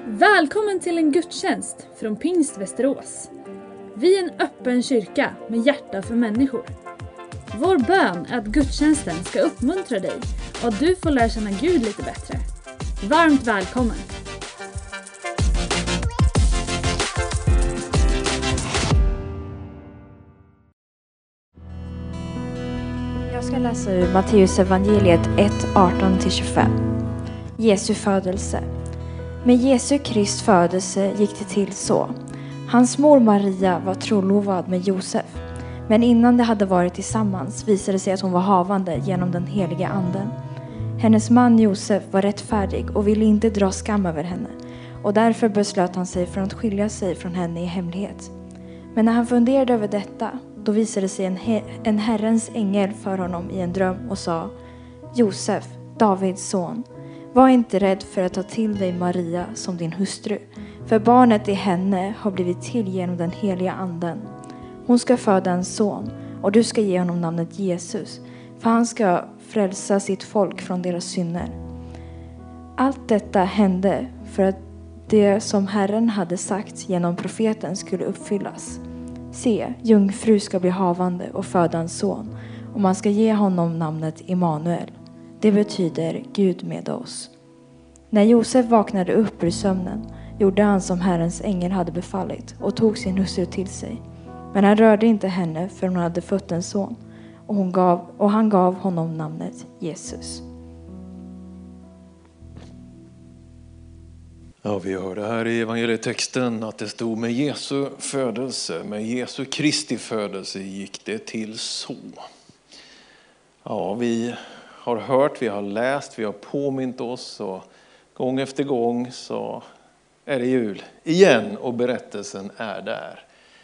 Välkommen till en gudstjänst från Pingst Västerås. Vi är en öppen kyrka med hjärta för människor. Vår bön är att gudstjänsten ska uppmuntra dig och att du får lära känna Gud lite bättre. Varmt välkommen! Jag ska läsa ur Matteus evangeliet 1, 18-25. Jesu födelse. Med Jesu Krist födelse gick det till så. Hans mor Maria var trolovad med Josef. Men innan de hade varit tillsammans visade det sig att hon var havande genom den heliga anden. Hennes man Josef var rättfärdig och ville inte dra skam över henne. Och därför beslöt han sig för att skilja sig från henne i hemlighet. Men när han funderade över detta, då visade sig en Herrens ängel för honom i en dröm och sa: Josef, Davids son, var inte rädd för att ta till dig Maria som din hustru, för barnet i henne har blivit till genom den heliga anden. Hon ska föda en son, och du ska ge honom namnet Jesus, för han ska frälsa sitt folk från deras synder. Allt detta hände för att det som Herren hade sagt genom profeten skulle uppfyllas. Se, jungfru ska bli havande och föda en son, och man ska ge honom namnet Immanuel. Det betyder Gud med oss. När Josef vaknade upp ur sömnen gjorde han som Herrens ängel hade befallit och tog sin hustru till sig. Men han rörde inte henne för hon hade fött en son, och han gav honom namnet Jesus. Ja, vi hörde här i evangelietexten att det stod med Jesu födelse, med Jesu Kristi födelse gick det till så. Ja, vi har hört, vi har läst, vi har påmint oss och gång efter gång så är det jul igen och berättelsen är där.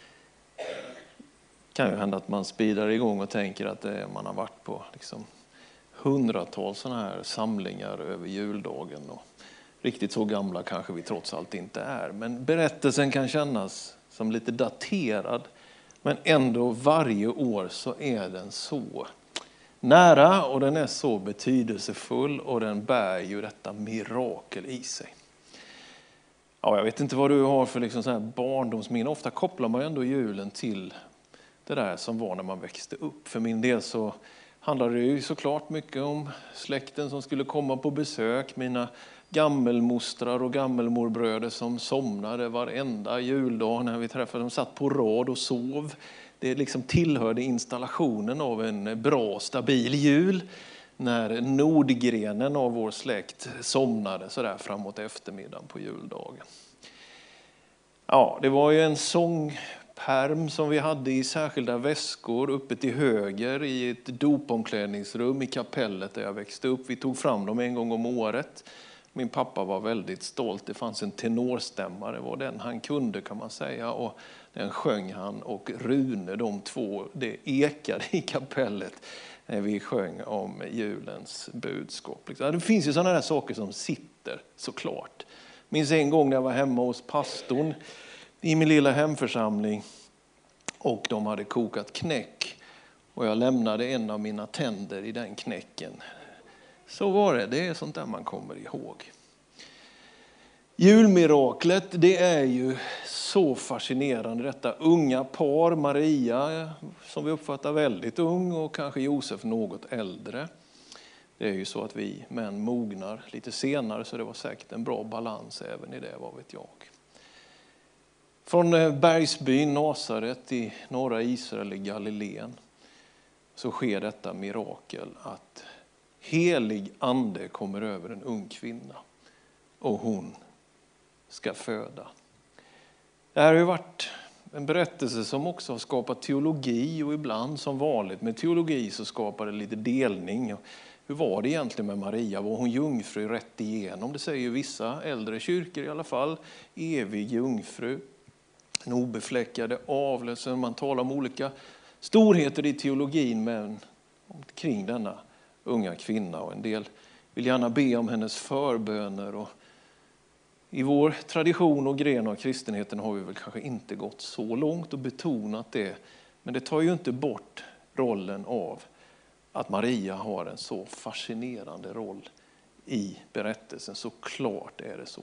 Det kan ju hända att man speedar igång och tänker att man har varit på hundratals sådana här samlingar över juldagen. Och riktigt så gamla kanske vi trots allt inte är. Men berättelsen kan kännas som lite daterad. Men ändå varje år så är den så nära och den är så betydelsefull och den bär ju detta mirakel i sig. Ja, jag vet inte vad du har för så här barndomsminne. Ofta kopplar man ju ändå julen till det där som var när man växte upp. För min del så handlar det ju såklart mycket om släkten som skulle komma på besök. Mina gammelmostrar och gammelmorbröder som somnade varenda juldag när vi träffade dem. Satt på rad och sov. Det tillhörde installationen av en bra, stabil jul. När nordgrenen av vår släkt somnade så där framåt eftermiddagen på juldagen. Ja, det var ju en sångpärm som vi hade i särskilda väskor uppe till höger i ett dopomklädningsrum i kapellet där jag växte upp. Vi tog fram dem en gång om året. Min pappa var väldigt stolt. Det fanns en tenorstämma, det var den han kunde kan man säga. Och den sjöng han och Rune, de två, det ekade i kapellet när vi sjöng om julens budskap. Det finns ju sådana här saker som sitter såklart. Minns en gång när jag var hemma hos pastorn i min lilla hemförsamling och de hade kokat knäck och jag lämnade en av mina tänder i den knäcken. Så var det, det är sånt där man kommer ihåg. Julmiraklet, det är ju så fascinerande. Detta unga par, Maria som vi uppfattar väldigt ung och kanske Josef något äldre. Det är ju så att vi män mognar lite senare så det var säkert en bra balans även i det, vad vet jag. Från bergsbyn Nasaret i norra Israel i Galileen så sker detta mirakel att helig ande kommer över en ung kvinna och hon ska föda. Det här har ju varit en berättelse som också har skapat teologi och ibland som vanligt med teologi så skapar det lite delning. Hur var det egentligen med Maria? Var hon jungfru rätt igenom? Det säger ju vissa äldre kyrkor i alla fall. Evig jungfru, en obefläckade avlelsen. Man talar om olika storheter i teologin men kring denna unga kvinna och en del vill gärna be om hennes förböner och i vår tradition och gren av kristenheten har vi väl kanske inte gått så långt och betonat det, men det tar ju inte bort rollen av att Maria har en så fascinerande roll i berättelsen. Så klart är det så.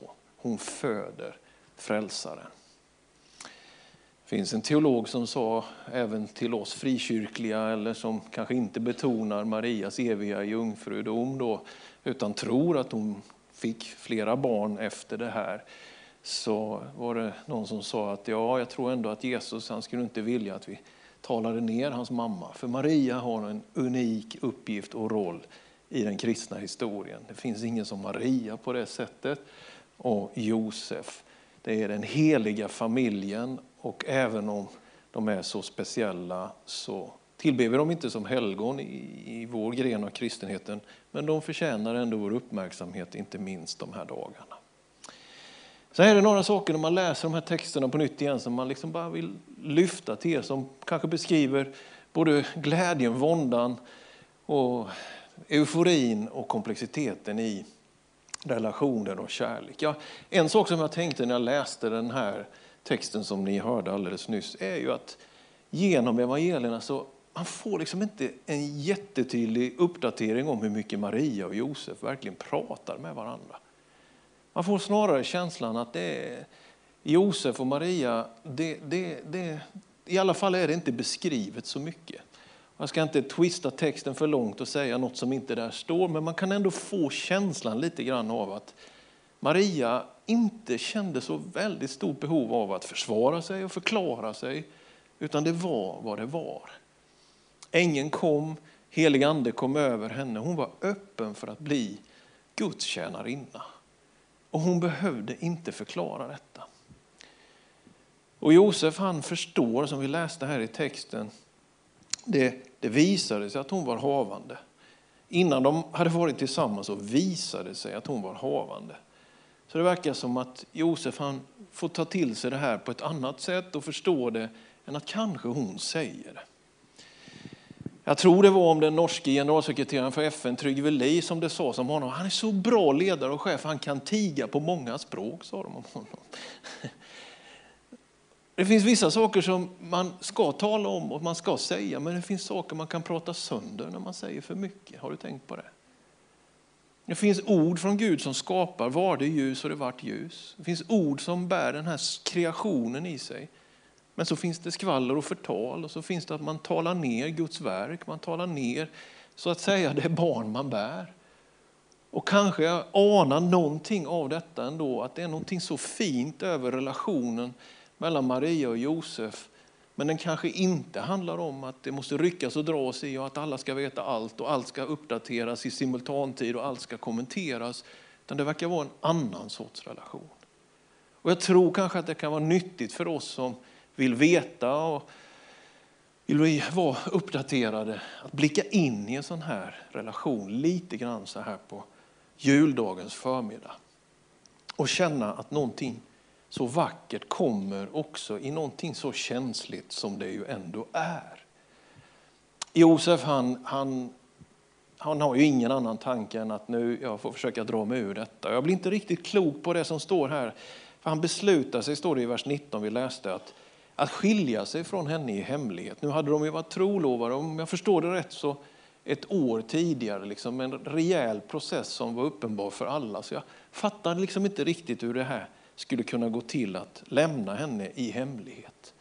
Hon föder frälsaren. Det finns en teolog som sa även till oss frikyrkliga, eller som kanske inte betonar Marias eviga jungfrudom då, utan tror att hon fick flera barn efter det här. Så var det någon som sa att jag tror ändå att Jesus, han skulle inte vilja att vi talade ner hans mamma. För Maria har en unik uppgift och roll i den kristna historien. Det finns ingen som Maria på det sättet. Och Josef, det är den heliga familjen, och även om de är så speciella så tillber vi dem inte som helgon i vår gren av kristenheten, men de förtjänar ändå vår uppmärksamhet, inte minst de här dagarna. Så är det några saker när man läser de här texterna på nytt igen som man liksom bara vill lyfta till er, som kanske beskriver både glädjen, våndan och euforin och komplexiteten i relationer och kärlek. Ja, en sak som jag tänkte när jag läste den här texten som ni hörde alldeles nyss är ju att genom evangelierna så man får liksom inte en jättetydlig uppdatering om hur mycket Maria och Josef verkligen pratar med varandra. Man får snarare känslan att det är Josef och Maria, i alla fall är det inte beskrivet så mycket. Jag ska inte twista texten för långt och säga något som inte där står, men man kan ändå få känslan lite grann av att Maria inte kände så väldigt stort behov av att försvara sig och förklara sig, utan det var vad det var. Ängeln kom, helig ande kom över henne, hon var öppen för att bli Guds tjänarinna. Och hon behövde inte förklara detta. Och Josef, han förstår, som vi läste här i texten, det visade sig att hon var havande. Innan de hade varit tillsammans så visade det sig att hon var havande. Så det verkar som att Josef, han får ta till sig det här på ett annat sätt och förstå det än att kanske hon säger det. Jag tror det var om den norske generalsekreteraren för FN, Trygve Lie, som det sa som honom. Han är så bra ledare och chef, han kan tiga på många språk, sa de om honom. Det finns vissa saker som man ska tala om och man ska säga, men det finns saker man kan prata sönder när man säger för mycket. Har du tänkt på det? Det finns ord från Gud som skapar, var det ljus och det vart ljus. Det finns ord som bär den här kreationen i sig. Men så finns det skvaller och förtal, och så finns det att man talar ner Guds verk. Man talar ner så att säga det barn man bär. Och kanske jag anar någonting av detta ändå, att det är någonting så fint över relationen mellan Maria och Josef. Men den kanske inte handlar om att det måste ryckas och dras i och att alla ska veta allt och allt ska uppdateras i simultantid och allt ska kommenteras. Utan det verkar vara en annan sorts relation. Och jag tror kanske att det kan vara nyttigt för oss som vill veta och vill vara uppdaterade att blicka in i en sån här relation lite grann så här på juldagens förmiddag. Och känna att någonting så vackert kommer också i någonting så känsligt som det ju ändå är. Josef han har ju ingen annan tanke än att nu jag får försöka dra mig ur detta. Jag blir inte riktigt klok på det som står här. För han beslutar sig, står det i vers 19 vi läste, att skilja sig från henne i hemlighet. Nu hade de ju varit trolovare, om jag förstår det rätt så ett år tidigare. Liksom en rejäl process som var uppenbar för alla. Så jag fattar liksom inte riktigt hur det här skulle kunna gå till att lämna henne i hemlighet.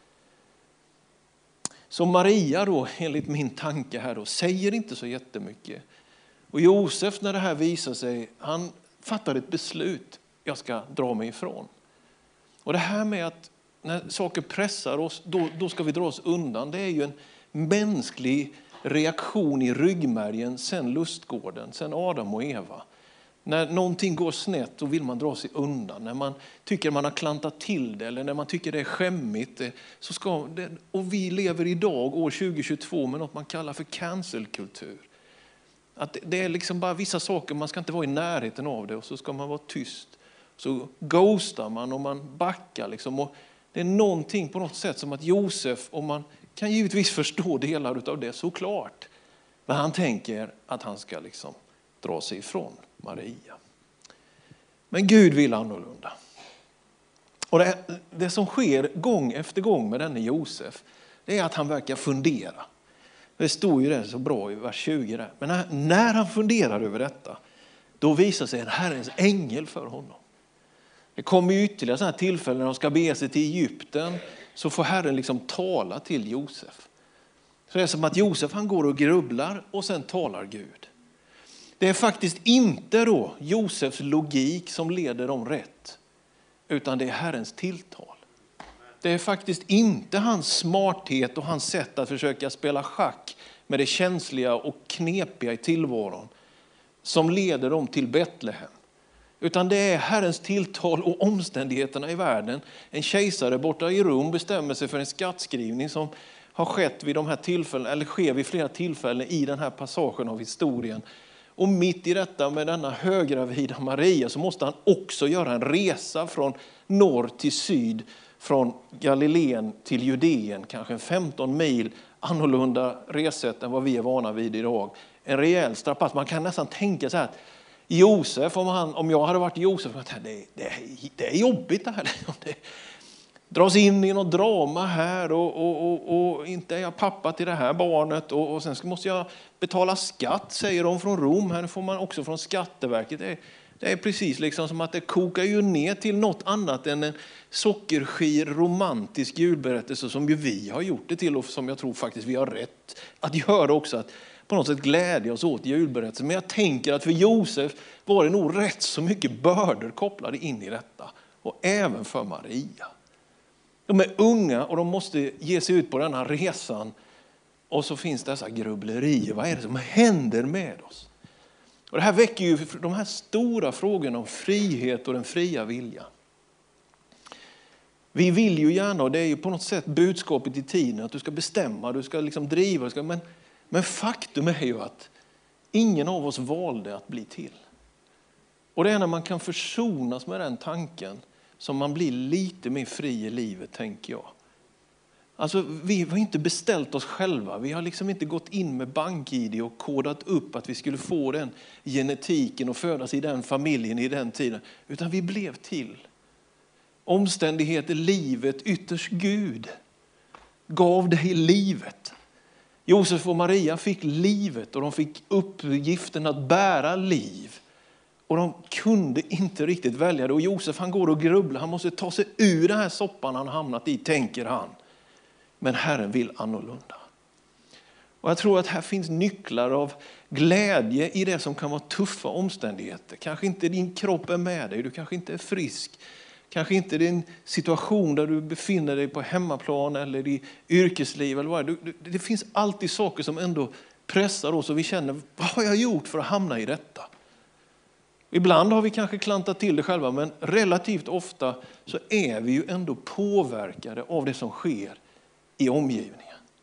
Så Maria då, enligt min tanke här då, säger inte så jättemycket. Och Josef, när det här visar sig, han fattar ett beslut. Jag ska dra mig ifrån. Och det här med att när saker pressar oss, då ska vi dra oss undan. Det är ju en mänsklig reaktion i ryggmärgen sen lustgården, sen Adam och Eva. När någonting går snett då vill man dra sig undan. När man tycker man har klantat till det eller när man tycker det är skämmigt. Så ska det, och vi lever idag, år 2022, med något man kallar för cancelkultur. Att det är liksom bara vissa saker, man ska inte vara i närheten av det och så ska man vara tyst. Så ghostar man och man backar liksom. Och det är någonting på något sätt som att Josef, och man kan givetvis förstå delar av det såklart. Men han tänker att han ska liksom dra sig ifrån Maria. Men Gud vill annorlunda. Och det som sker gång efter gång med denne Josef, det är att han verkar fundera. Det står ju det så bra i vers 20 där. Men när han funderar över detta, då visar sig en Herrens ängel för honom. Det kommer ju ytterligare sådana här tillfällen när de ska bege sig till Egypten, så får Herren liksom tala till Josef. Så det är som att Josef han går och grubblar och sen talar Gud. Det är faktiskt inte då Josefs logik som leder dem rätt, utan det är Herrens tilltal. Det är faktiskt inte hans smarthet och hans sätt att försöka spela schack med det känsliga och knepiga i tillvaron som leder dem till Betlehem. Utan det är Herrens tilltal och omständigheterna i världen. En kejsare borta i Rom bestämmer sig för en skattskrivning som har skett vid de här tillfällen, eller sker vid flera tillfällen i den här passagen av historien. Och mitt i detta med denna höggravida Maria så måste han också göra en resa från norr till syd, från Galileen till Judeen, kanske 15 mil annorlunda reset än vad vi är vana vid idag. En rejäl strapass. Man kan nästan tänka så här att Josef, om jag hade varit Josef, det är jobbigt det här. Det dras in i något drama här och inte är jag pappa till det här barnet och sen måste jag betala skatt, säger de från Rom. Här får man också från Skatteverket. Det är precis liksom som att det kokar ju ner till något annat än en sockerskir romantisk julberättelse som ju vi har gjort det till och som jag tror faktiskt vi har rätt att göra också, att på något sätt glädja oss åt julberättelsen. Men jag tänker att för Josef var det nog rätt så mycket bördor kopplade in i detta. Och även för Maria. De är unga och de måste ge sig ut på den här resan. Och så finns dessa grubblerier. Vad är det som händer med oss? Och det här väcker ju de här stora frågorna om frihet och den fria viljan. Vi vill ju gärna, och det är ju på något sätt budskapet i tiden, att du ska bestämma, du ska liksom driva. Men faktum är ju att ingen av oss valde att bli till. Och det är när man kan försonas med den tanken som man blir lite mer fri i livet, tänker jag. Alltså vi har inte beställt oss själva. Vi har liksom inte gått in med BankID och kodat upp att vi skulle få den genetiken och födas i den familjen i den tiden. Utan vi blev till. Omständigheter, livet, ytterst Gud gav dig livet. Josef och Maria fick livet och de fick uppgiften att bära liv. Och de kunde inte riktigt välja det. Och Josef han går och grubblar. Han måste ta sig ur den här soppan han hamnat i, tänker han. Men Herren vill annorlunda. Och jag tror att här finns nycklar av glädje i det som kan vara tuffa omständigheter. Kanske inte din kropp är med dig. Du kanske inte är frisk. Kanske inte din situation där du befinner dig på hemmaplan eller i yrkesliv. Eller vad det finns alltid saker som ändå pressar oss och vi känner, vad har jag gjort för att hamna i detta? Ibland har vi kanske klantat till det själva, men relativt ofta så är vi ju ändå påverkade av det som sker i omgivningen.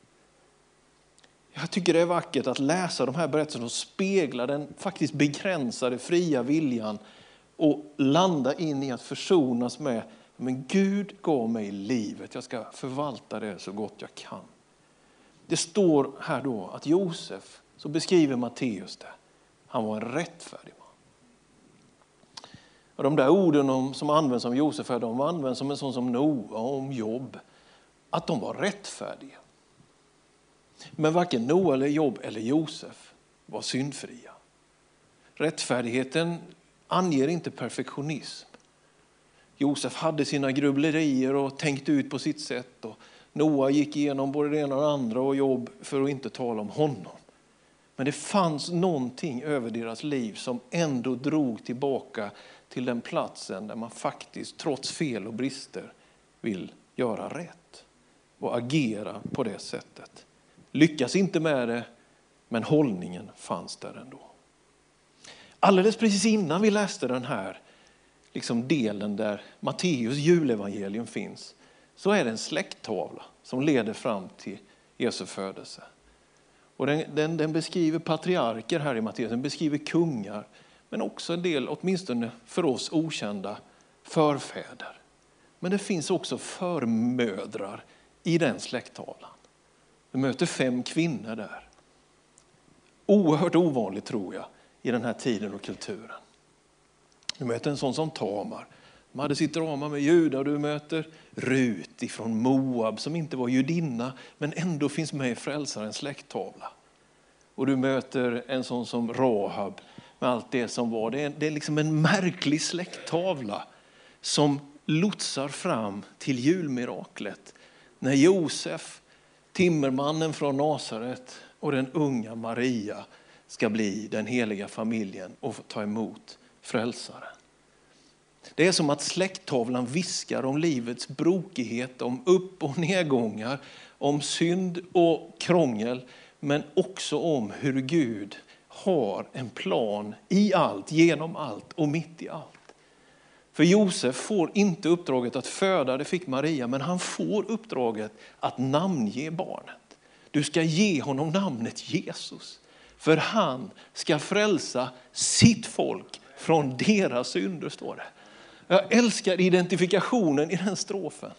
Jag tycker det är vackert att läsa de här berättelserna och spegla den faktiskt begränsade fria viljan och landa in i att försonas med, men Gud gav mig livet, jag ska förvalta det så gott jag kan. Det står här då att Josef, så beskriver Matteus det, han var en rättfärdig man. Och de där orden som används om Josef, de används som en sån som Noa om Jobb, att de var rättfärdiga. Men varken Noa eller Jobb eller Josef var syndfria. Rättfärdigheten anger inte perfektionism. Josef hade sina grubblerier och tänkte ut på sitt sätt. Och Noa gick igenom både det ena och det andra och Jobb, för att inte tala om honom. Men det fanns någonting över deras liv som ändå drog tillbaka till den platsen där man faktiskt trots fel och brister vill göra rätt. Och agera på det sättet. Lyckas inte med det, men hållningen fanns där ändå. Alldeles precis innan vi läste den här delen där Matteus julevangelium finns, så är det en släkttavla som leder fram till Jesu födelse. Och den beskriver patriarker här i Matteus, den beskriver kungar, men också en del, åtminstone för oss okända, förfäder. Men det finns också förmödrar i den släkttavlan. Du möter 5 kvinnor där. Oerhört ovanligt, tror jag, i den här tiden och kulturen. Du möter en sån som Tamar. De hade sitt drama med Juda. Du möter Rut ifrån Moab som inte var judinna men ändå finns med i frälsarens släkttavla. Och du möter en sån som Rahab med allt det som var. Det är liksom en märklig släkttavla som lotsar fram till julmiraklet. När Josef, timmermannen från Nasaret och den unga Maria ska bli den heliga familjen och få ta emot frälsaren. Det är som att släkttavlan viskar om livets brokighet, om upp- och nedgångar, om synd och krångel, men också om hur Gud har en plan i allt, genom allt och mitt i allt. För Josef får inte uppdraget att föda, det fick Maria, men han får uppdraget att namnge barnet. Du ska ge honom namnet Jesus, för han ska frälsa sitt folk från deras synder, står det. Jag älskar identifikationen i den strofen.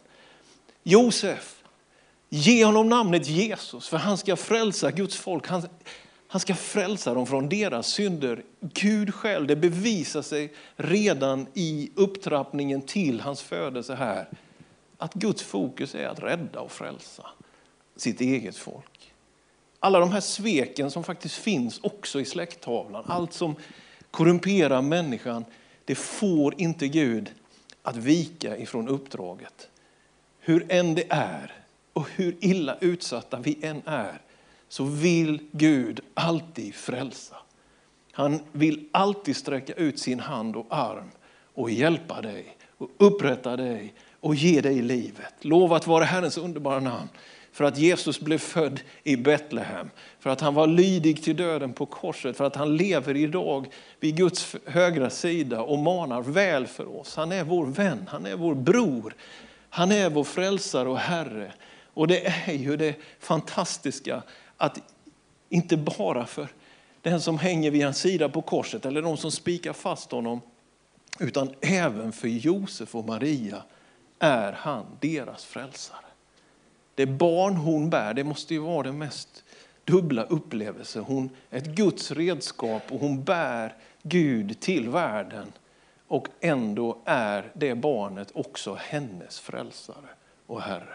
Josef, ge honom namnet Jesus, för han ska frälsa Guds folk. Han ska frälsa dem från deras synder. Gud själv, det bevisar sig redan i upptrappningen till hans födelse här, att Guds fokus är att rädda och frälsa sitt eget folk. Alla de här sveken som faktiskt finns också i släkttavlan, allt som korrumperar människan, det får inte Gud att vika ifrån uppdraget. Hur än det är och hur illa utsatta vi än är, så vill Gud alltid frälsa. Han vill alltid sträcka ut sin hand och arm och hjälpa dig och upprätta dig och ge dig livet. Lovat vare Herrens underbara namn. För att Jesus blev född i Betlehem. För att han var lydig till döden på korset. För att han lever idag vid Guds högra sida och manar väl för oss. Han är vår vän, han är vår bror. Han är vår frälsare och Herre. Och det är ju det fantastiska att inte bara för den som hänger vid hans sida på korset eller de som spikar fast honom, utan även för Josef och Maria är han deras frälsare. Det barn hon bär, det måste ju vara den mest dubbla upplevelse. Hon är ett Guds redskap och hon bär Gud till världen. Och ändå är det barnet också hennes frälsare och Herre.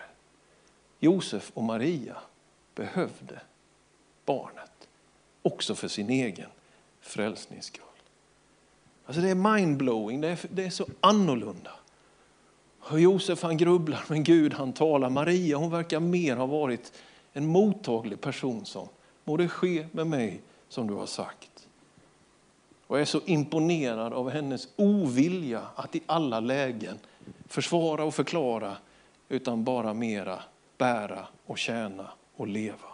Josef och Maria behövde barnet också för sin egen frälsningsskull. Alltså det är mindblowing, det är så annorlunda. Och Josef han grubblar, men Gud han talar. Maria hon verkar mer ha varit en mottaglig person som må det ske med mig som du har sagt. Och jag är så imponerad av hennes ovilja att i alla lägen försvara och förklara, utan bara mera bära och tjäna och leva.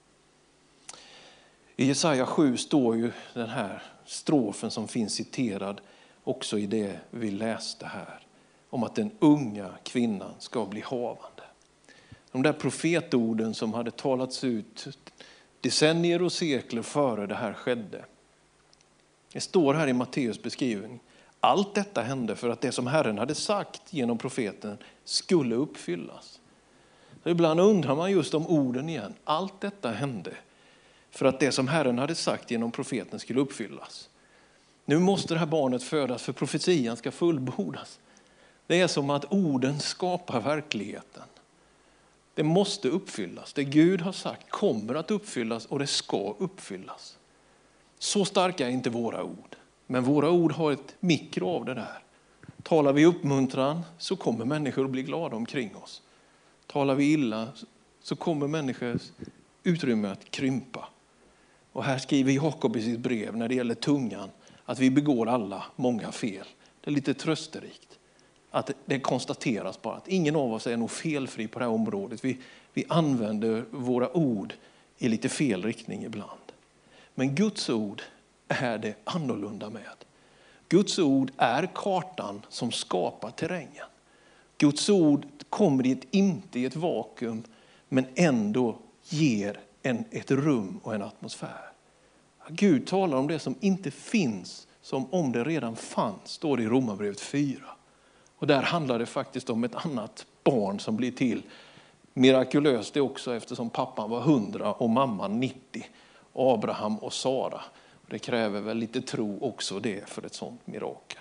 I Jesaja 7 står ju den här strofen som finns citerad också i det vi läste här. Om att den unga kvinnan ska bli havande. De där profetorden som hade talats ut decennier och sekler före det här skedde. Det står här i Matteus beskrivning. Allt detta hände för att det som Herren hade sagt genom profeten skulle uppfyllas. Så ibland undrar man just om orden igen. Allt detta hände för att det som Herren hade sagt genom profeten skulle uppfyllas. Nu måste det här barnet födas för profetian ska fullbordas. Det är som att orden skapar verkligheten. Det måste uppfyllas. Det Gud har sagt kommer att uppfyllas och det ska uppfyllas. Så starka är inte våra ord. Men våra ord har ett mikro av det där. Talar vi uppmuntran så kommer människor att bli glada omkring oss. Talar vi illa så kommer människors utrymme att krympa. Och här skriver Jakob i sitt brev när det gäller tungan att vi begår alla många fel. Det är lite trösterikt. Att det konstateras bara att ingen av oss är nog felfri på det här området. Vi använder våra ord i lite fel riktning ibland. Men Guds ord är det annorlunda med. Guds ord är kartan som skapar terrängen. Guds ord kommer inte i ett vakuum, men ändå ger ett rum och en atmosfär. Gud talar om det som inte finns som om det redan fanns, står det i Romarbrevet 4. Och där handlar det faktiskt om ett annat barn som blir till. Mirakulöst det också eftersom pappan var 100 och mamman 90. Abraham och Sara. Det kräver väl lite tro också det för ett sånt mirakel.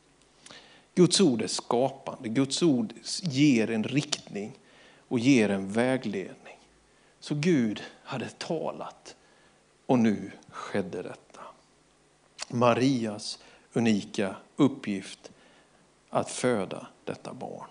Guds ord är skapande. Guds ord ger en riktning och ger en vägledning. Så Gud hade talat och nu skedde detta. Marias unika uppgift att föda detta barn.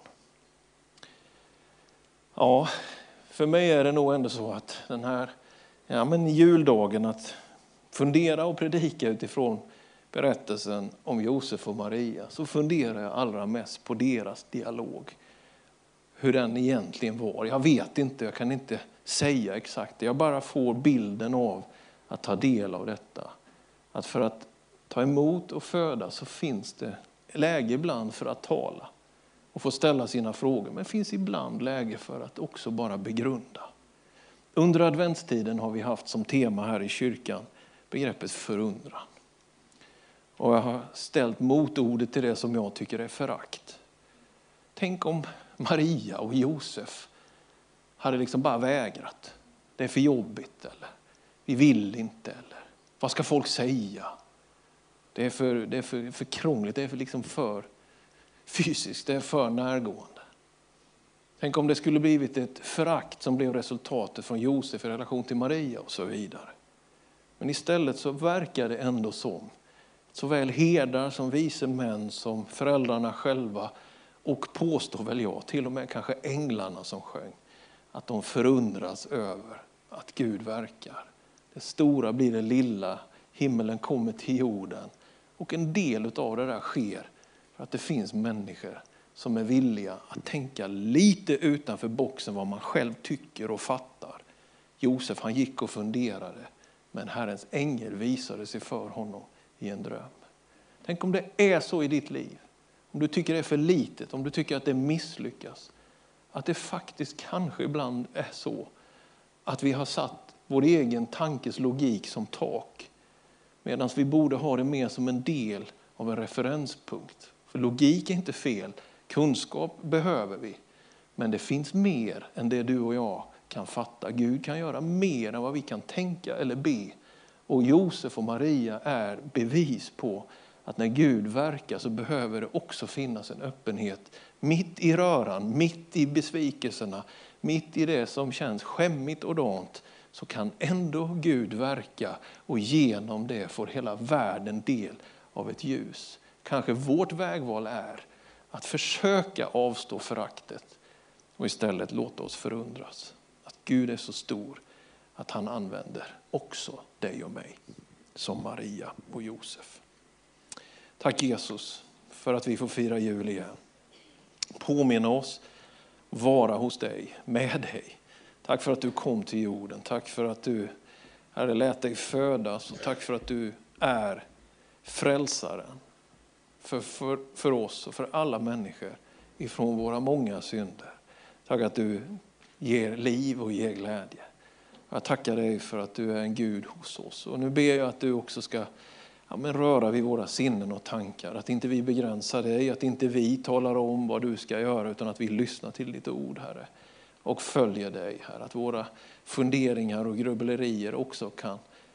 Ja, för mig är det nog ändå så att den här juldagen, att fundera och predika utifrån berättelsen om Josef och Maria, så funderar jag allra mest på deras dialog. Hur den egentligen var. Jag vet inte, jag kan inte säga exakt. Jag bara får bilden av att ta del av detta. Att för att ta emot och föda så finns det läge ibland för att tala och få ställa sina frågor. Men finns ibland läge för att också bara begrunda. Under adventstiden har vi haft som tema här i kyrkan begreppet förundran. Och jag har ställt motordet till det som jag tycker är förakt. Tänk om Maria och Josef hade liksom bara vägrat. Det är för jobbigt, eller vi vill inte, eller vad ska folk säga? Det är för krångligt, det är liksom för fysiskt, det är för närgående. Tänk om det skulle blivit ett förakt som blev resultatet från Josef i relation till Maria och så vidare. Men istället så verkar det ändå som såväl herdar som vise män som föräldrarna själva, och påstår väl jag, till och med kanske änglarna som sjöng, att de förundras över att Gud verkar. Det stora blir det lilla, himmelen kommer till jorden. Och en del av det där sker för att det finns människor som är villiga att tänka lite utanför boxen vad man själv tycker och fattar. Josef, han gick och funderade, men Herrens ängel visade sig för honom i en dröm. Tänk om det är så i ditt liv. Om du tycker det är för litet, om du tycker att det misslyckas. Att det faktiskt kanske ibland är så att vi har satt vår egen tankes logik som tak. Medan vi borde ha det mer som en del av en referenspunkt. För logik är inte fel, kunskap behöver vi. Men det finns mer än det du och jag kan fatta. Gud kan göra mer än vad vi kan tänka eller be. Och Josef och Maria är bevis på att när Gud verkar så behöver det också finnas en öppenhet. Mitt i röran, mitt i besvikelserna, mitt i det som känns skämmigt och dant, så kan ändå Gud verka, och genom det får hela världen del av ett ljus. Kanske vårt vägval är att försöka avstå föraktet och istället låta oss förundras. Att Gud är så stor att han använder också dig och mig som Maria och Josef. Tack Jesus för att vi får fira jul igen. Påminna oss, vara hos dig, med dig. Tack för att du kom till jorden. Tack för att du, Herre, lät dig födas. Och tack för att du är frälsaren för oss och för alla människor ifrån våra många synder. Tack att du ger liv och ger glädje. Jag tackar dig för att du är en Gud hos oss. Och nu ber jag att du också ska röra vid våra sinnen och tankar. Att inte vi begränsar dig, att inte vi talar om vad du ska göra, utan att vi lyssnar till ditt ord, Herre. Och följer dig, Herre. Att våra funderingar och grubblerier också kan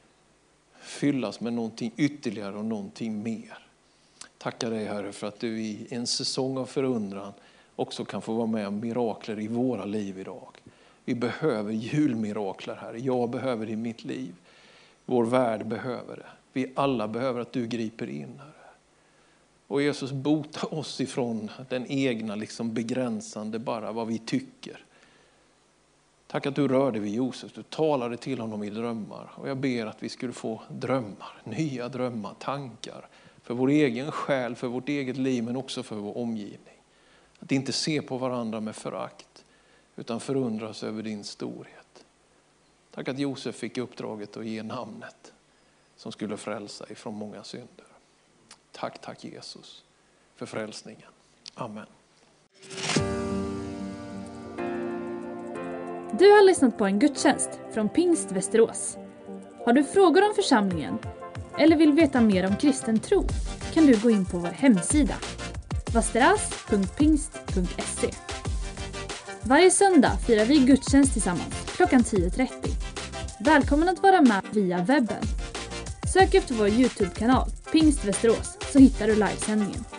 fyllas med någonting ytterligare och någonting mer. Tackar dig, Herre, för att du i en säsong av förundran också kan få vara med om mirakler i våra liv idag. Vi behöver julmirakler, Herre. Jag behöver det i mitt liv. Vår värld behöver det. Vi alla behöver att du griper in, Herre. Och Jesus, bota oss ifrån den egna begränsande, bara vad vi tycker. Tack att du rörde vid Josef. Du talade till honom i drömmar. Och jag ber att vi skulle få drömmar, nya drömmar, tankar. För vår egen själ, för vårt eget liv, men också för vår omgivning. Att inte se på varandra med förakt, utan förundras över din storhet. Tack att Josef fick uppdraget att ge namnet som skulle frälsa ifrån många synder. Tack Jesus för frälsningen. Amen. Du har lyssnat på en gudstjänst från Pingst Västerås. Har du frågor om församlingen eller vill veta mer om kristen tro, kan du gå in på vår hemsida vasteras.pingst.se. Varje söndag firar vi gudstjänst tillsammans klockan 10:30. Välkommen att vara med via webben. Sök efter vår YouTube-kanal Pingst Västerås så hittar du livesändningen.